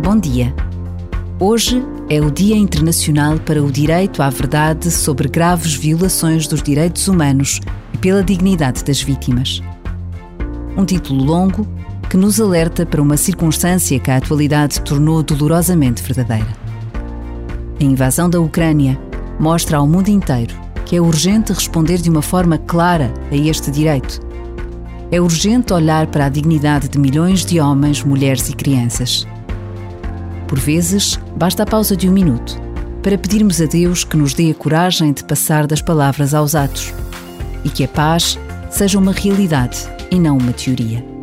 Bom dia. Hoje é o Dia Internacional para o Direito à Verdade sobre graves violações dos direitos humanos e pela dignidade das vítimas. Um título longo que nos alerta para uma circunstância que a atualidade tornou dolorosamente verdadeira. A invasão da Ucrânia mostra ao mundo inteiro que é urgente responder de uma forma clara a este direito. É urgente olhar para a dignidade de milhões de homens, mulheres e crianças. Por vezes, basta a pausa de um minuto para pedirmos a Deus que nos dê a coragem de passar das palavras aos atos e que a paz seja uma realidade e não uma teoria.